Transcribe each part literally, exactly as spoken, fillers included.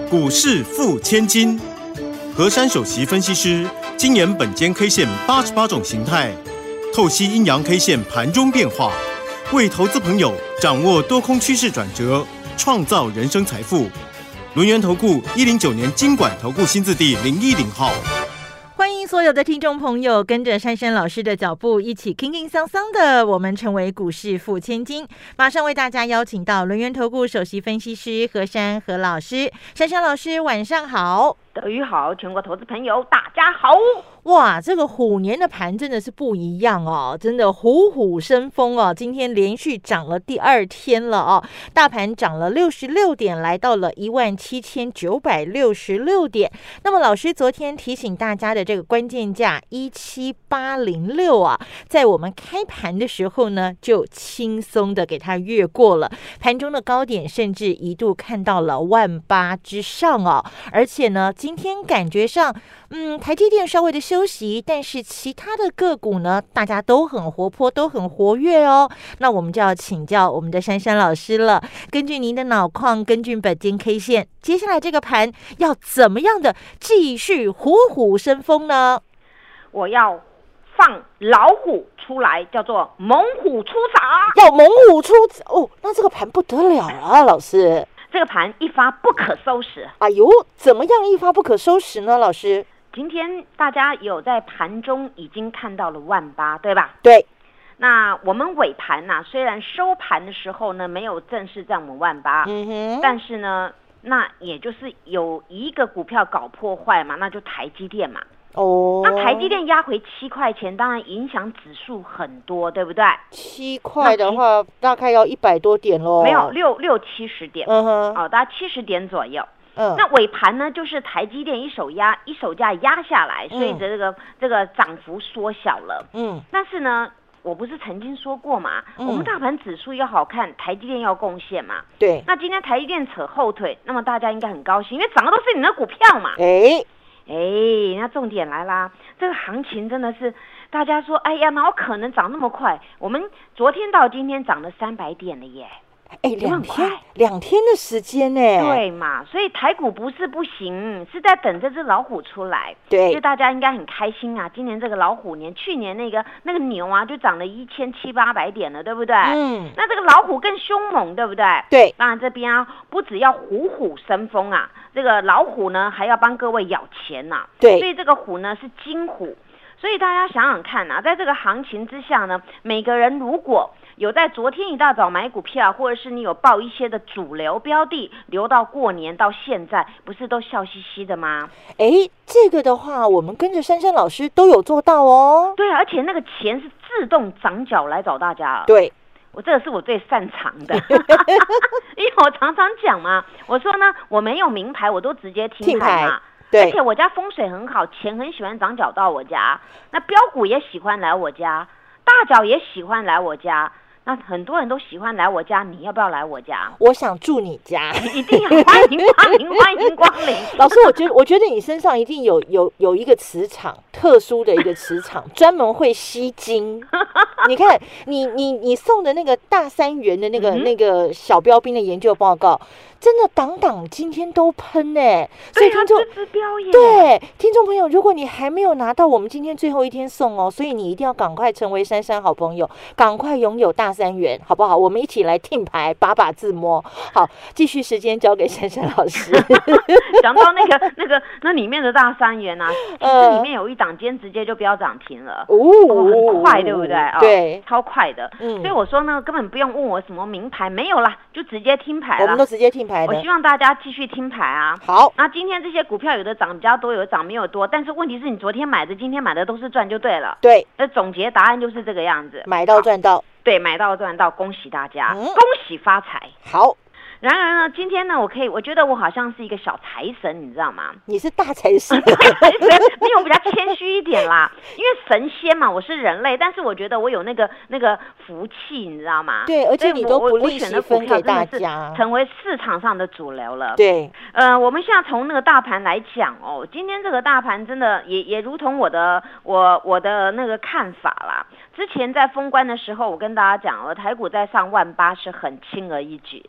股市富千金，和山首席分析师精研本间 K 线八十八种形态，透析阴阳 K 线盘中变化，为投资朋友掌握多空趋势转折，创造人生财富。轮源投顾一零九年金管投顾新字第零一零号。 欢迎所有的听众朋友跟着珊珊老师的脚步，一起轻轻桑桑的，我们成为股市富千金。马上为大家邀请到轮源投顾首席分析师何珊何老师。珊珊老师晚上好。 德语好，全国投资朋友大家好。 哇，这个虎年的盘真的是不一样哦，真的虎虎生风哦。今天连续涨了第二天了哦，大盘涨了六十六点，来到了一万七千九百六十六点。那么老师昨天提醒大家的这个关键价一七八零六啊，在我们开盘的时候呢，就轻松的给它越过了，盘中的高点甚至一度看到了万八之上哦。而且呢，今天感觉上，嗯，台积电稍微的休息，但是其他的个股呢，大家都很活泼，都很活跃哦。那我们就要请教我们的珊珊老师了。根据您的脑矿，根据本间 K 线，接下来这个盘要怎么样的继续虎虎生风呢？ 我要放老虎出来，叫做猛虎出场。 要猛虎出哦，那这个盘不得了了，老师。 这个盘一发不可收拾。 哎呦，怎么样一发不可收拾呢，老师？ 今天大家有在盘中已经看到了万八，对吧？ 对。 那我们尾盘呐、啊，虽然收盘的时候呢没有正式站稳万八， 嗯哼， 但是呢，那也就是有一个股票搞破坏嘛，那就台积电嘛。 哦， 那台积电压回七块钱，当然影响指数很多，对不对？ 七块的话，大概要一百多点咯。 没有，六六七十点。 嗯哼， 哦，大概七十点左右。 嗯， 那尾盘呢，就是台积电一手压一手价压下来，所以这个、嗯、这个涨幅缩小了。嗯，但是呢，我不是曾经说过嘛，嗯、我们大盘指数要好看，台积电要贡献嘛。 对。 那今天台积电扯后腿，那么大家应该很高兴，因为涨的都是你的股票嘛。 哎。 哎，那重点来啦，这个行情真的是大家说，哎呀，哪有可能涨那么快？我们昨天到今天涨了三百点了耶！ 哎，两天两天的时间呢？ 对嘛，所以台股不是不行，是在等这只老虎出来。 对， 所以大家应该很开心啊！今年这个老虎年，去年那个那个牛啊，就涨了一千七八百点了，对不对？嗯。那这个老虎更凶猛，对不对？ 对。 当然这边啊，不只要虎虎生风啊，这个老虎呢还要帮各位咬钱呐、啊。 对。 所以这个虎呢是金虎。所以大家想想看啊，在这个行情之下呢，每个人如果有在昨天一大早买股票，或者是你有报一些的主流标的，留到过年到现在，不是都笑嘻嘻的吗？ 哎，这个的话，我们跟着珊珊老师都有做到哦。 对啊，而且那个钱是自动长脚来找大家。 对， 我这个是我最擅长的，因为我常常讲嘛，我说呢，我没有名牌，我都直接听牌嘛。 对， 而且我家风水很好，钱很喜欢长脚到我家，那标股也喜欢来我家，大脚也喜欢来我家，那很多人都喜欢来我家，你要不要来我家？ 我想住你家， 一定要欢迎光临，欢迎光临。 老师，我觉得我觉得你身上一定有有有一个磁场，特殊的一个磁场，专门会吸金。你看，你你你送的那个大三元的那个、嗯、那个小标兵的研究报告。真的档档今天都喷哎，所以听众对听众朋友，如果你还没有拿到我们今天最后一天送哦，所以你一定要赶快成为珊珊好朋友，赶快拥有大三元，好不好？我们一起来听牌，把把自摸。好，继续时间交给珊珊老师。 讲到那个那个那里面的大三元啊，其实里面有一档今天直接就飙涨停了，哦，哦很快，对不对？哦、 对， 超快的。嗯，所以我说呢，根本不用问我什么名牌，没有啦，就直接听牌了。 我们都直接听。 我希望大家继续听牌啊！ 好， 那今天这些股票有的涨比较多，有的涨没有多，但是问题是你昨天买的、今天买的都是赚就对了。 对， 那总结答案就是这个样子， 买到赚到。 对，买到赚到，恭喜大家，嗯、恭喜发财。 好。 然而呢，今天呢，我可以，我觉得我好像是一个小财神，你知道吗？ 你是大财神， 大财神，没有，我比较谦虚一点啦。因为神仙嘛，我是人类，但是我觉得我有那个那个福气，你知道吗？ 对，而且你都不吝惜分给大家， 成为市场上的主流了。 对， 呃，我们现在从那个大盘来讲哦，今天这个大盘真的也也如同我的我我的那个看法啦。之前在封关的时候，我跟大家讲了，台股在上万八是很轻而易举。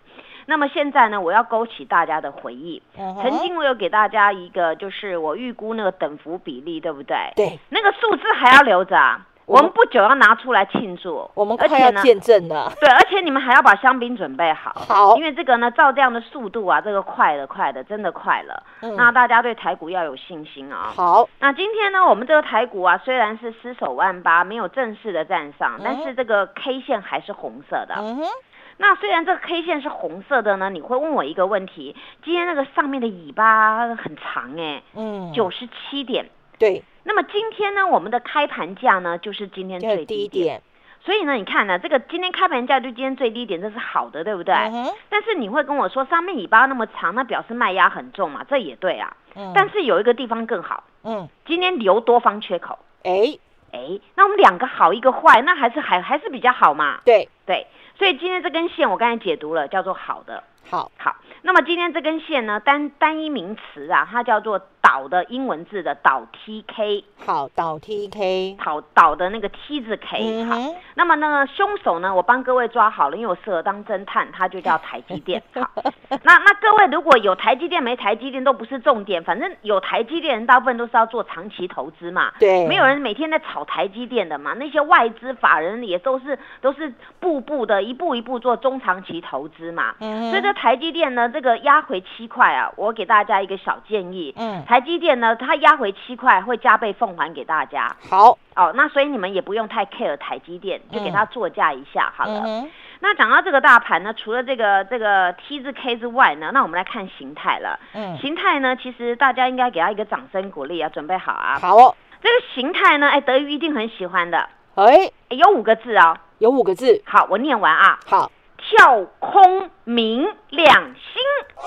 那么现在呢，我要勾起大家的回忆。嗯、曾经我有给大家一个，就是我预估那个等幅比例，对不对？ 对， 那个数字还要留着啊。我们不久要拿出来庆祝， 我们快要见证了。 对，而且你们还要把香槟准备好。 好， 因为这个呢，照这样的速度啊，这个快了，快了，真的快了。嗯、那大家对台股要有信心啊。 好， 那今天呢，我们这个台股啊，虽然是失守万八，没有正式的站上，嗯、但是这个 K 线还是红色的。嗯哼。那虽然这个 K 线是红色的呢，你会问我一个问题：今天那个上面的尾巴很长哎、欸，嗯，九十七点。 对。 那么今天呢，我们的开盘价呢，就是今天最低点。点所以呢，你看呢，这个今天开盘价就今天最低点，这是好的，对不对？嗯、但是你会跟我说，上面尾巴那么长，那表示卖压很重嘛，这也对啊。嗯、但是有一个地方更好，嗯，今天留多方缺口。哎哎，那我们两个好一个坏，那还是还还是比较好嘛。 对对，所以今天这根线我刚才解读了，叫做好的。 好好，那么今天这根线呢，单单一名词啊，它叫做倒的英文字的倒 T K。 好，倒 T K， 倒倒的那个 T 字 K。嗯、好，那么呢，凶手呢，我帮各位抓好了，因为我适合当侦探，它就叫台积电。好，那那各位如果有台积电没台积电都不是重点，反正有台积电人大部分都是要做长期投资嘛。 对， 没有人每天在炒台积电的嘛，那些外资法人也都是都是步步的一步一步做中长期投资嘛。嗯，所以这台积电呢，这个压回七块啊，我给大家一个小建议。嗯，台积电呢，它压回七块会加倍奉还给大家。 好， 哦，那所以你们也不用太 care 台积电，就给它作价一下、嗯、好了。嗯、那讲到这个大盘呢，除了这个这个 T 字 K 之外呢，那我们来看形态了。嗯，形态呢，其实大家应该给它一个掌声鼓励啊，准备好啊。 好哦，这个形态呢，哎，德瑜一定很喜欢的。 哎， 有五个字哦， 有五个字。 好，我念完啊。 好。 跳空明亮星，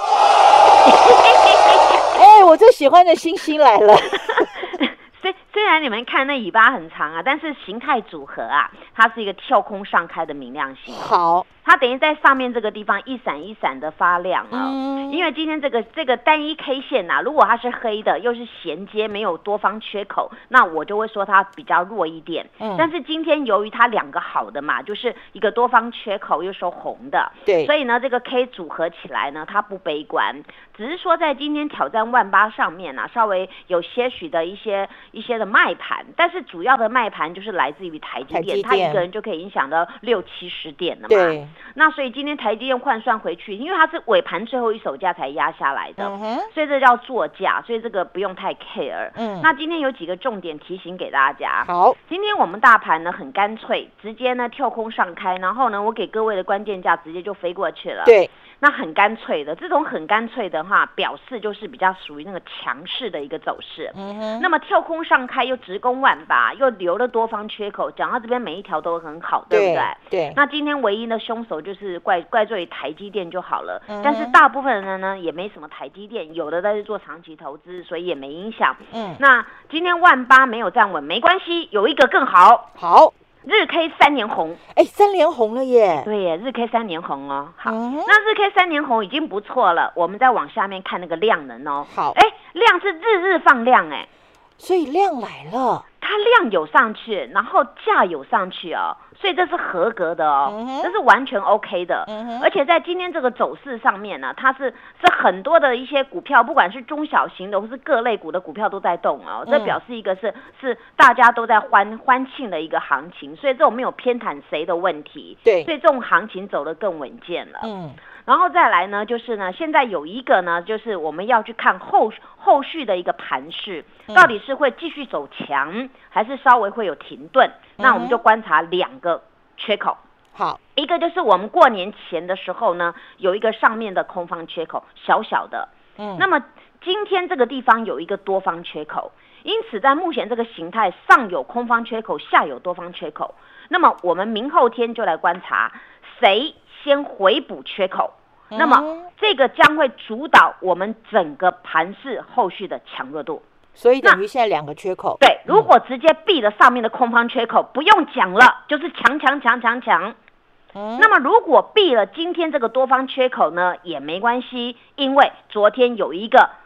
哎，我最喜欢的星星来了。 虽虽然你们看那尾巴很长啊，但是形态组合啊，它是一个跳空上开的明亮星。 好， 它等于在上面这个地方一闪一闪的发亮啊、哦。嗯，因为今天这个这个单一 K 线啊，如果它是黑的，又是衔接没有多方缺口，那我就会说它比较弱一点。嗯，但是今天由于它两个好的嘛，就是一个多方缺口又收红的， 对， 所以呢这个 K 组合起来呢，它不悲观，只是说在今天挑战万八上面啊，稍微有些许的一些一些的卖盘，但是主要的卖盘就是来自于台积电，它一个人就可以影响到六七十点了嘛。 对， 那所以今天台积电换算回去，因为它是尾盘最后一手价才压下来的，嗯、所以这叫作价，所以这个不用太 care。嗯，那今天有几个重点提醒给大家。 好， 今天我们大盘呢很干脆，直接呢跳空上开，然后呢我给各位的关键价直接就飞过去了。 对。 那很干脆的，这种很干脆的话，表示就是比较属于那个强势的一个走势。嗯哼。那么跳空上开又直攻万八，又留了多方缺口，讲到这边每一条都很好，对不对？ 对。 那今天唯一的凶手就是怪怪罪于台积电就好了。嗯。但是大部分人呢也没什么台积电，有的在是做长期投资，所以也没影响。嗯。那今天万八没有站稳没关系，有一个更好。 好。 日 K 三连红， 哎，三连红了耶！ 对耶，日 K 三连红哦。好，嗯、那日 K 三连红已经不错了，我们再往下面看那个量能哦。 好， 哎，量是日日放量哎， 所以量来了， 它量有上去，然后价有上去哦，所以这是合格的哦，嗯、这是完全 OK 的。嗯、而且在今天这个走势上面呢，它是是很多的一些股票，不管是中小型的或是各类股的股票都在动哦，这表示一个是是大家都在欢欢庆的一个行情，所以这种没有偏袒谁的问题。 对， 所以这种行情走得更稳健了。嗯。然后再来呢，就是呢，现在有一个呢，就是我们要去看后后续的一个盘势，到底是会继续走强，还是稍微会有停顿？嗯、那我们就观察两个缺口。 好， 一个就是我们过年前的时候呢，有一个上面的空方缺口，小小的。嗯。那么今天这个地方有一个多方缺口，因此在目前这个形态上有空方缺口，下有多方缺口。那么我们明后天就来观察谁先回补缺口，嗯、那么这个将会主导我们整个盘势后续的强弱度。 所以等于现在两个缺口。 对，如果直接闭了上面的空方缺口，不用讲了，就是强强强强强。嗯、那么如果闭了今天这个多方缺口呢，也没关系，因为昨天有一个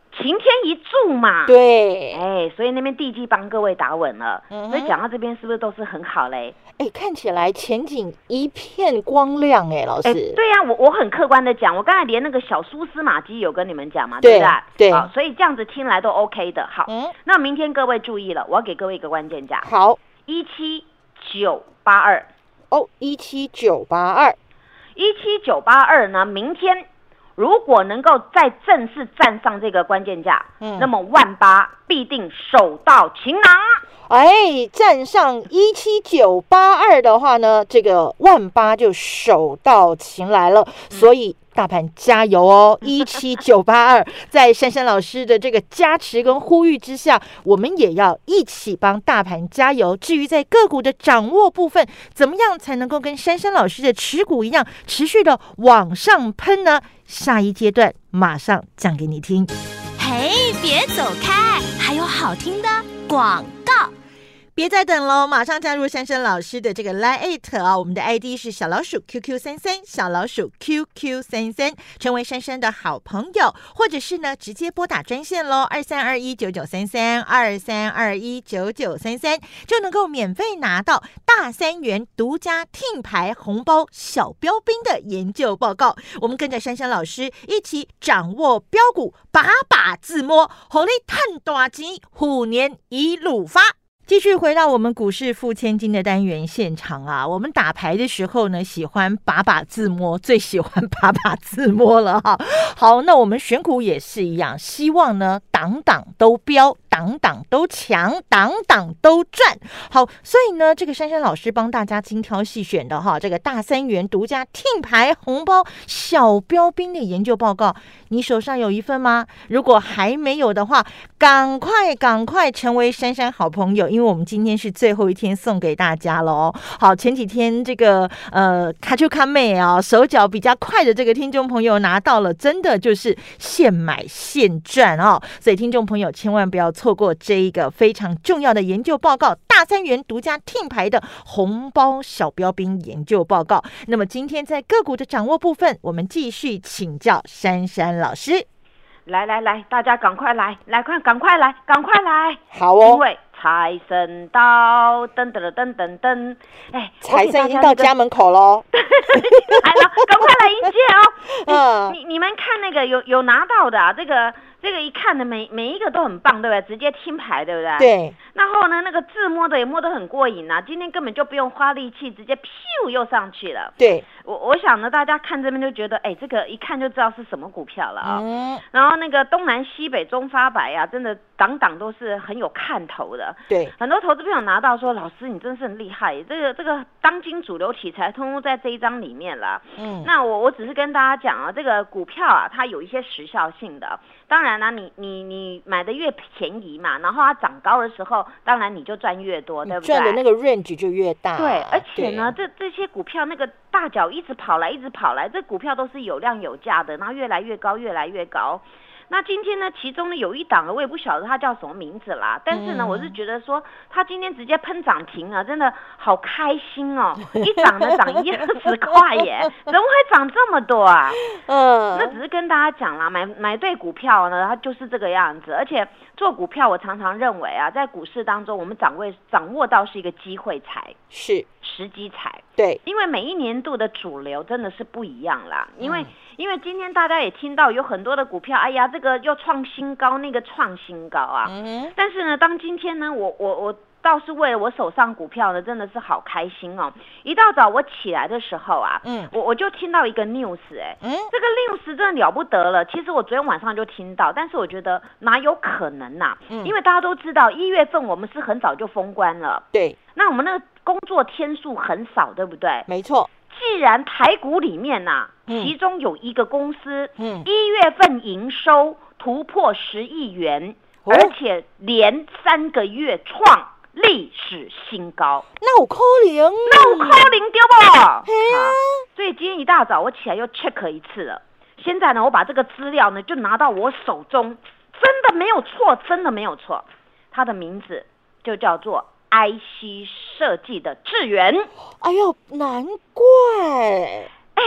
晴天一柱嘛， 对， 哎，所以那边地基帮各位打稳了， 嗯、 所以讲到这边是不是都是很好嘞？ 哎，看起来前景一片光亮哎，老师。 对呀、啊，我我很客观的讲，我刚才连那个小蛛丝马迹有跟你们讲嘛， 对对不对？ 对， 好，所以这样子听来都 OK 的。好， 嗯， 那明天各位注意了，我要给各位一个关键价， 好， 一七九八二。 哦，一七九八二， 一七九八二呢，明天。如果能够再正式站上这个关键价，嗯，那么万八必定手到擒拿。 哎，站上一七九八二的话呢，这个万八就手到擒来了。嗯、所以大盘加油哦！一七九八二，在珊珊老师的这个加持跟呼吁之下，我们也要一起帮大盘加油。至于在个股的掌握部分，怎么样才能够跟珊珊老师的持股一样，持续的往上喷呢？下一阶段马上讲给你听。 嘿，别走开，还有好听的广告。 别再等喽，马上加入珊珊老师的这个 Line 啊，我们的 I D 是小老鼠 Q Q 三三，小老鼠 Q Q 三三，成为珊珊的好朋友，或者是呢直接拨打专线喽，二三二一九九三三，二三二一九九三三，就能够免费拿到大三元独家听牌红包小标兵的研究报告。我们跟着珊珊老师一起掌握标股，把把自摸，红利探大钱，虎年一路发。继续回到我们股市富千金的单元现场啊，我们打牌的时候呢，喜欢把把自摸，最喜欢把把自摸了哈。好，那我们选股也是一样，希望呢档档都飙，档档都强，档档都赚。好，所以呢，这个珊珊老师帮大家精挑细选的哈，这个大三元独家听牌红包小标兵的研究报告，你手上有一份吗？如果还没有的话，赶快赶快成为珊珊好朋友，因为我们今天是最后一天送给大家了哦。好，前几天这个呃卡丘卡妹啊，手脚比较快的这个听众朋友拿到了，真的就是现买现赚哦。所以听众朋友千万不要错过这一个非常重要的研究报告，大三元独家听牌的红包小标兵研究报告。那么今天在个股的掌握部分，我们继续请教珊珊老师。 来来来，大家赶快来，来快，赶快来，赶快来！ 好哦， 因为财神到，噔噔噔噔噔，哎， 财神已经到家门口喽， 来了，赶快来迎接哦！ 嗯， 你你们看那个有有拿到的、啊，这个这个一看的每每一个都很棒，对不对？直接听牌，对不对？ 对。 然后呢，那个字摸的也摸得很过瘾啊，今天根本就不用花力气，直接咻又上去了。 对。 我我想呢，大家看这边就觉得，哎，这个一看就知道是什么股票了啊、哦。 嗯。 然后那个东南西北中发白啊，真的档档都是很有看头的。 对。 很多投资朋友拿到说，老师你真是很厉害，这个这个当今主流题材通通在这一章里面了。嗯。那我我只是跟大家讲啊，这个股票啊，它有一些时效性的。当然啦，你你你买的越便宜嘛，然后它涨高的时候，当然你就赚越多，对不对？ 赚的那个 range 就越大。 对，而且呢，这这些股票那个大脚一直跑来，一直跑来，这股票都是有量有价的，然后越来越高，越来越高。那今天呢，其中呢有一档我也不晓得它叫什么名字啦，但是呢，嗯、我是觉得说它今天直接喷涨停啊，真的好开心哦！一涨呢涨一二十块耶，怎么会涨这么多啊？嗯，那只是跟大家讲啦，买买对股票呢，它就是这个样子。而且做股票，我常常认为啊，在股市当中，我们掌握掌握到是一个机会财， 是时机财。 对， 因为每一年度的主流真的是不一样啦，因为。嗯因为今天大家也听到有很多的股票，哎呀，这个又创新高，那个创新高啊。嗯、但是呢，当今天呢，我我我倒是为了我手上股票呢，真的是好开心哦。一大早我起来的时候啊，嗯，我我就听到一个 news， 哎、欸，嗯，这个 news 真的了不得了。其实我昨天晚上就听到，但是我觉得哪有可能呐、啊？嗯，因为大家都知道一月份我们是很早就封关了， 对， 那我们那个工作天数很少，对不对？ 没错。 既然台股里面呐、啊，嗯、其中有一个公司，嗯，一月份营收突破十亿元，哦、而且连三个月创历史新高， 那有可能， 那有可能对不？ 嘿啊！ 所以今天一大早我起来又 check 一次了。现在呢，我把这个资料呢就拿到我手中，真的没有错，真的没有错。它的名字就叫做 I C 设计的智原。 哎呦，难怪！ 哎，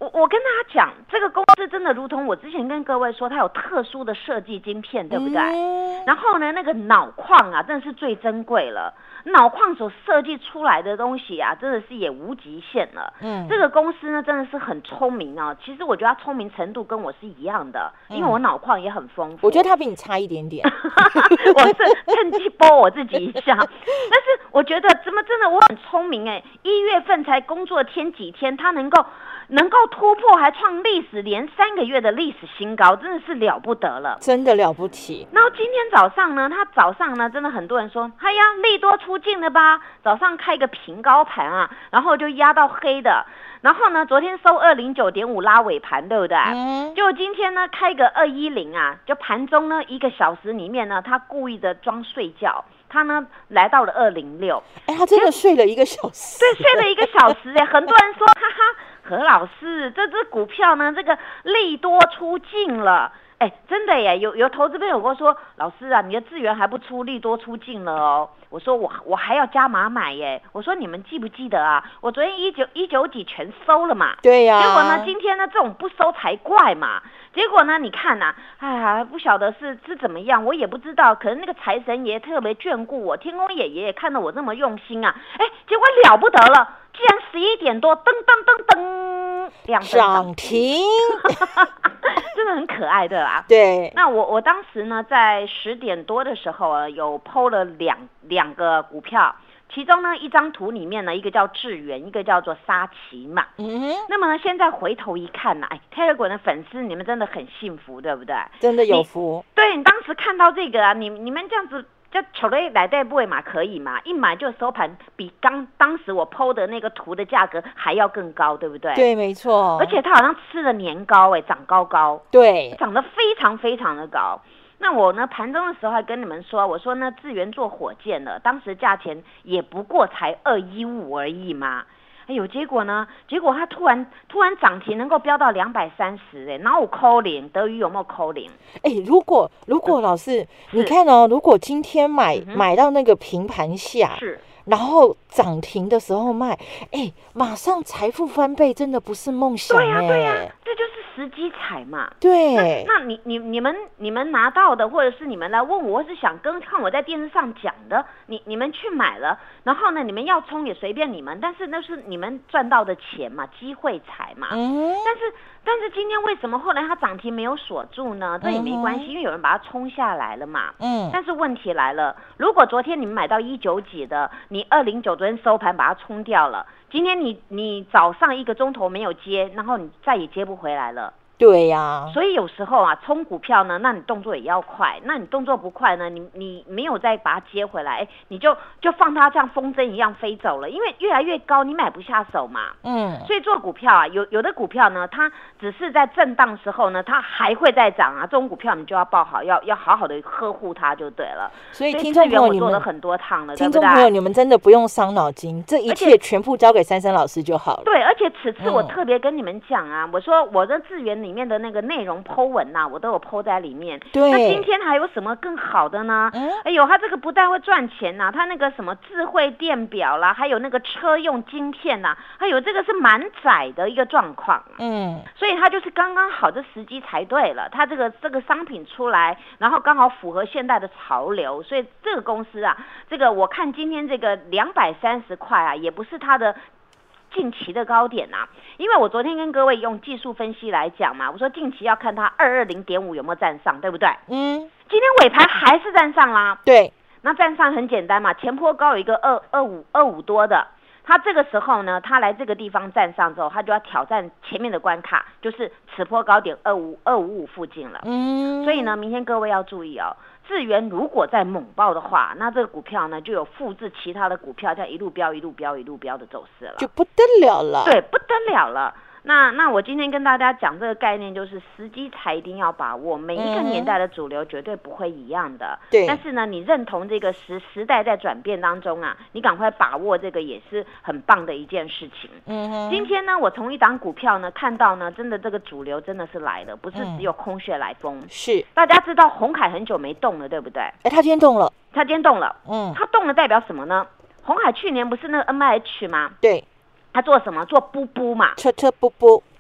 我我跟大家讲，这个公司真的如同我之前跟各位说，它有特殊的设计晶片，对不对？嗯、然后呢，那个脑矿啊，真的是最珍贵了。脑矿所设计出来的东西啊，真的是也无极限了。嗯，这个公司呢，真的是很聪明啊。其实我觉得它聪明程度跟我是一样的，因为我脑矿也很丰富。 我觉得它比你差一点点。 我是趁机播我自己一下，但是我觉得怎么真的我很聪明哎、欸！一月份才工作天几天，它能够。能够突破还创历史连三个月的历史新高，真的是了不得了， 真的了不起。 然后今天早上呢，他早上呢，真的很多人说，哎呀，利多出尽了吧？早上开个平高盘啊，然后就压到黑的，然后呢，昨天收二零九点五拉尾盘，对不对？嗯。就今天呢，开个二一零啊，就盘中呢一个小时里面呢，他故意的装睡觉。他呢来到了二零六， 哎，他真的睡了一个小时， 对，睡了一个小时哎，很多人说，哈哈，何老师，这只股票呢，这个利多出尽了，哎，真的耶，有有投资朋友跟我说，老师啊，你的资源还不出，利多出尽了哦。我说我我还要加码买耶，我说你们记不记得啊？我昨天一九一九几全收了嘛， 对呀、啊。 结果呢，今天呢这种不收才怪嘛。结果呢，你看呐、啊，哎呀，不晓得是是怎么样，我也不知道。可能那个财神爷特别眷顾我，天公爷爷也看到我这么用心啊，哎，结果了不得了，既然十一点多，噔噔噔噔，两涨停， 真的很可爱的啦。 对， 那我我当时呢，在十点多的时候啊，有 P O 了两两个股票。其中呢，一张图里面呢，一个叫智源，一个叫做沙琪玛。嗯，那么呢，现在回头一看呢，哎 ，Telegram 的粉丝你们真的很幸福，对不对？ 真的有福。 你对你当时看到这个啊，你你们这样子就球类来对不会嘛，可以嘛？一买就收盘比刚当时我 P O 的那个图的价格还要更高，对不对？ 对，没错。 而且它好像吃了年糕，哎，长高高， 对， 长得非常非常的高。那我呢，盘中的时候还跟你们说，我说呢，智源做火箭了，当时价钱也不过才二一五而已嘛。哎呦，结果呢？结果它突然突然涨停，能够飙到两百三十，哎，哪有扣零？德语有没有扣零？ 哎，如果如果老师，你看哦，如果今天买、嗯、买到那个平盘下，是。然后涨停的时候卖，哎，马上财富翻倍，真的不是梦想哎。 对呀、啊，对呀、啊，这就是时机财嘛。 对。 那, 那你你你们你们拿到的，或者是你们来问我，或是想跟看我在电视上讲的，你你们去买了，然后呢，你们要冲也随便你们，但是那是你们赚到的钱嘛，机会财嘛。嗯。但是但是今天为什么后来它涨停没有锁住呢？这也没关系，因为有人把它冲下来了嘛。嗯。但是问题来了，如果昨天你们买到一九几的。你二零九昨天收盘把它冲掉了，今天你你早上一个钟头没有接，然后你再也接不回来了。 对呀、啊， 所以有时候啊，冲股票呢，那你动作也要快。那你动作不快呢，你你没有再把它接回来，你就就放它像风筝一样飞走了，因为越来越高，你买不下手嘛。嗯，所以做股票啊，有有的股票呢，它只是在震荡时候呢，它还会再涨啊。这种股票你就要抱好，要要好好的呵护它就对了。 所以听众朋友， 我做了很多趟了， 听众朋友，你们真的不用伤脑筋，这一切全部交给珊珊老师就好了。 对，而且此次我特别跟你们讲啊，嗯、我说我的智源里面的那个内容 po 文呐、啊，我都有 po 在里面。 对， 那今天还有什么更好的呢？嗯，哎呦，它这个不但会赚钱呐、啊，它那个什么智慧电表啦，还有那个车用晶片呐、啊，还有这个是满载的一个状况。嗯，所以它就是刚刚好的时机才对了。它这个这个商品出来，然后刚好符合现代的潮流，所以这个公司啊，这个我看今天这个两百三十块啊，也不是它的近期的高点啊，因为我昨天跟各位用技术分析来讲嘛，我说近期要看它二二零点五有没有站上，对不对？嗯，今天尾盘还是站上啦。 对， 那站上很简单嘛，前波高有一个二二五二五多的，它这个时候呢，它来这个地方站上之后，它就要挑战前面的关卡，就是此波高点二五二五五附近了。嗯，所以呢，明天各位要注意哦。智源如果再猛爆的话，那这个股票呢就有复制其他的股票，这样一路飙一路飙一路飙的走势了， 就不得了了。 对，不得了了。那那我今天跟大家讲这个概念，就是时机才一定要把握，每一个年代的主流绝对不会一样的。对、嗯。但是呢，你认同这个时时代在转变当中啊，你赶快把握这个也是很棒的一件事情。嗯哼。今天呢，我从一档股票呢看到呢，真的这个主流真的是来了，不是只有空穴来风。嗯、是。大家知道鸿海很久没动了，对不对？ 哎，他今天动了。 他今天动了。嗯。他动了代表什么呢？鸿海去年不是那个 N I H 吗？ 对。 他做什么？做布布嘛， 车车布布。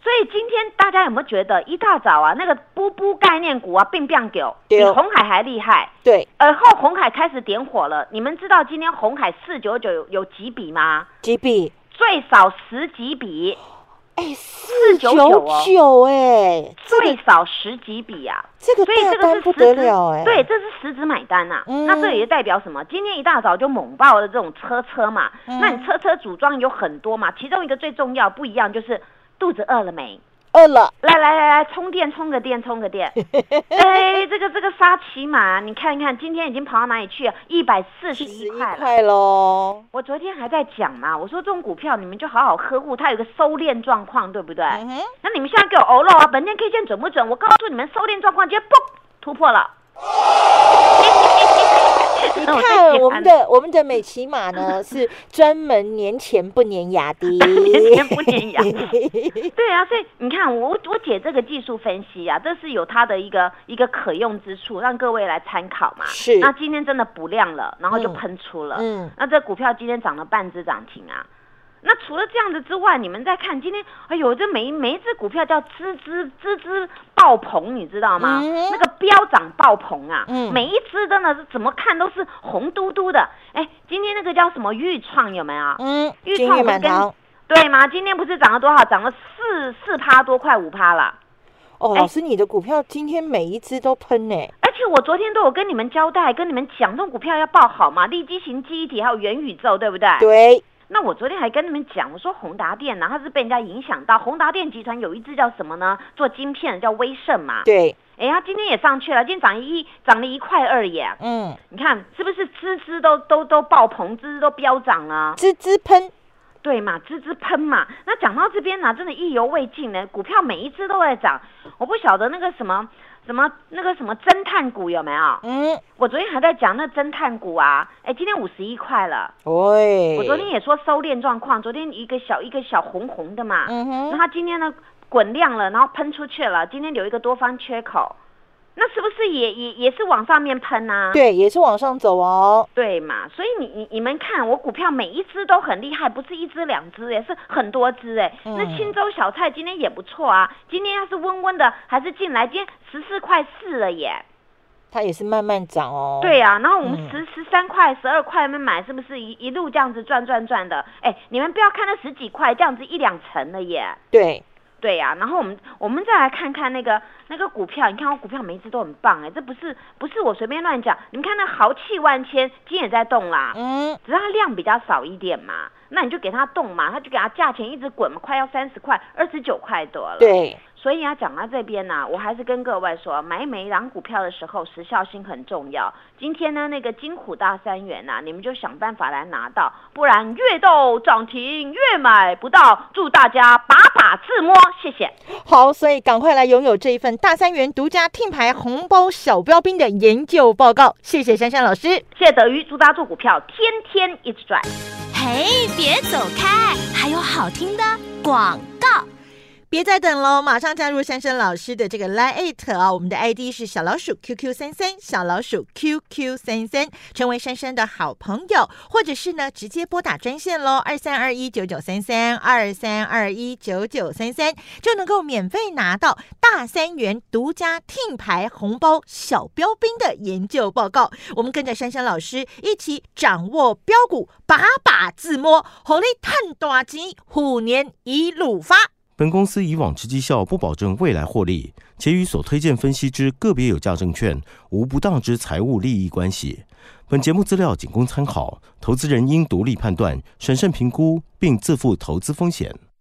所以今天大家有没有觉得一大早啊，那个布布概念股啊，并并狗比鸿海还厉害？ 对， 而后鸿海开始点火了。你们知道今天鸿海四九九有有几笔吗？ 几笔？ 最少十几笔。 哎，四九九哎， 最少十几笔啊！ 这个大单不得了哎， 对，这是实质买单呐、啊。嗯、那这也代表什么？今天一大早就猛爆的这种车车嘛，嗯、那你车车组装有很多嘛，其中一个最重要不一样就是肚子饿了没？ 饿了， 来来来来，充电充个电充个电。哎，这个这个沙琪玛，你看一看，今天已经跑到哪里去了？一百四十一块喽。 我昨天还在讲嘛，我说这种股票你们就好好呵护，它有个收敛状况，对不对？嗯、那你们现在给我欧漏啊，本间 K 线准不准？我告诉你们，收敛状况直接嘣突破了。 你看我们的我们的美骑马呢，是专门年前不粘牙的， 年前不粘牙。对啊，所以你看我我解这个技术分析啊，这是有它的一个一个可用之处，让各位来参考嘛。 是。 那今天真的补量了，然后就喷出了。嗯。那这股票今天涨了半只涨停啊。那除了这样子之外，你们再看今天，哎呦，这每每一只股票叫滋滋滋滋爆棚，你知道吗？嗯、那个飙涨爆棚啊，嗯、每一只真的是怎么看都是红嘟嘟的。哎，今天那个叫什么豫创有没有？ 嗯， 豫创不是跟对吗？今天不是涨了多少？涨了四四趴多，快五趴了。 哦，老师，你的股票今天每一只都喷呢、欸。 而且我昨天都有跟你们交代，跟你们讲，这种股票要报好嘛，利基型记忆体还有元宇宙，对不对？ 对。 那我昨天还跟你们讲，我说宏达电呢，它是被人家影响到。宏达电集团有一支叫什么呢？做晶片的叫威盛嘛。 对。 哎呀，今天也上去了，今天涨一涨了一块二耶。嗯。你看是不是支支都都都爆棚，支支都飙涨了？ 支支喷。 对嘛，支支喷嘛。那讲到这边呢，真的意犹未尽呢，股票每一只都在涨。我不晓得那个什么。什么那个什么侦探股有没有？嗯，我昨天还在讲那侦探股啊，哎，今天五十一块了。 喂， 我昨天也说收敛状况，昨天一个小一个小红红的嘛，嗯哼，那它今天呢滚量了，然后喷出去了，今天留一个多方缺口。那是不是也也也是往上面喷啊？ 对，也是往上走哦。 对嘛，所以你你你们看，我股票每一只都很厉害，不是一只两只，也是很多只哎。嗯、那青州小菜今天也不错啊，今天要是温温的，还是进来，今天十四块四了耶。 它也是慢慢涨哦。 对啊，然后我们十十三块、十二块那边买，是不是一一路这样子转转转的？哎，你们不要看那十几块，这样子一两成了耶。 对。 对呀、啊，然后我们我们再来看看那个那个股票，你看我股票每一只都很棒哎，这不是不是我随便乱讲，你们看那豪气万千今天也在动啦，嗯，只是它量比较少一点嘛，那你就给它动嘛，它就给它价钱一直滚嘛，快要三十块，二十九块多了， 对。 所以啊，讲到这边呢、啊，我还是跟各位说，买每一档股票的时候，时效性很重要。今天呢，那个金虎大三元啊，你们就想办法来拿到，不然越斗涨停越买不到。祝大家把把自摸，谢谢。 好，所以赶快来拥有这一份大三元独家听牌红包小标兵的研究报告。谢谢珊珊老师， 谢谢德瑜，祝大家做股票天天一直赚。 嘿，别走开，还有好听的广告。 别再等喽，马上加入珊珊老师的这个 Line 啊，我们的 I D 是小老鼠 Q Q 三三，小老鼠 Q Q 三三，成为珊珊的好朋友，或者是呢直接拨打专线喽，二三二一九九三三，二三二一九九三三，就能够免费拿到大三元独家听牌红包小标兵的研究报告。我们跟着珊珊老师一起掌握标股，把把自摸，红利探大钱，虎年一路发。 本公司以往之绩效不保证未来获利，且与所推荐分析之个别有价证券无不当之财务利益关系。本节目资料仅供参考，投资人应独立判断、审慎评估，并自负投资风险。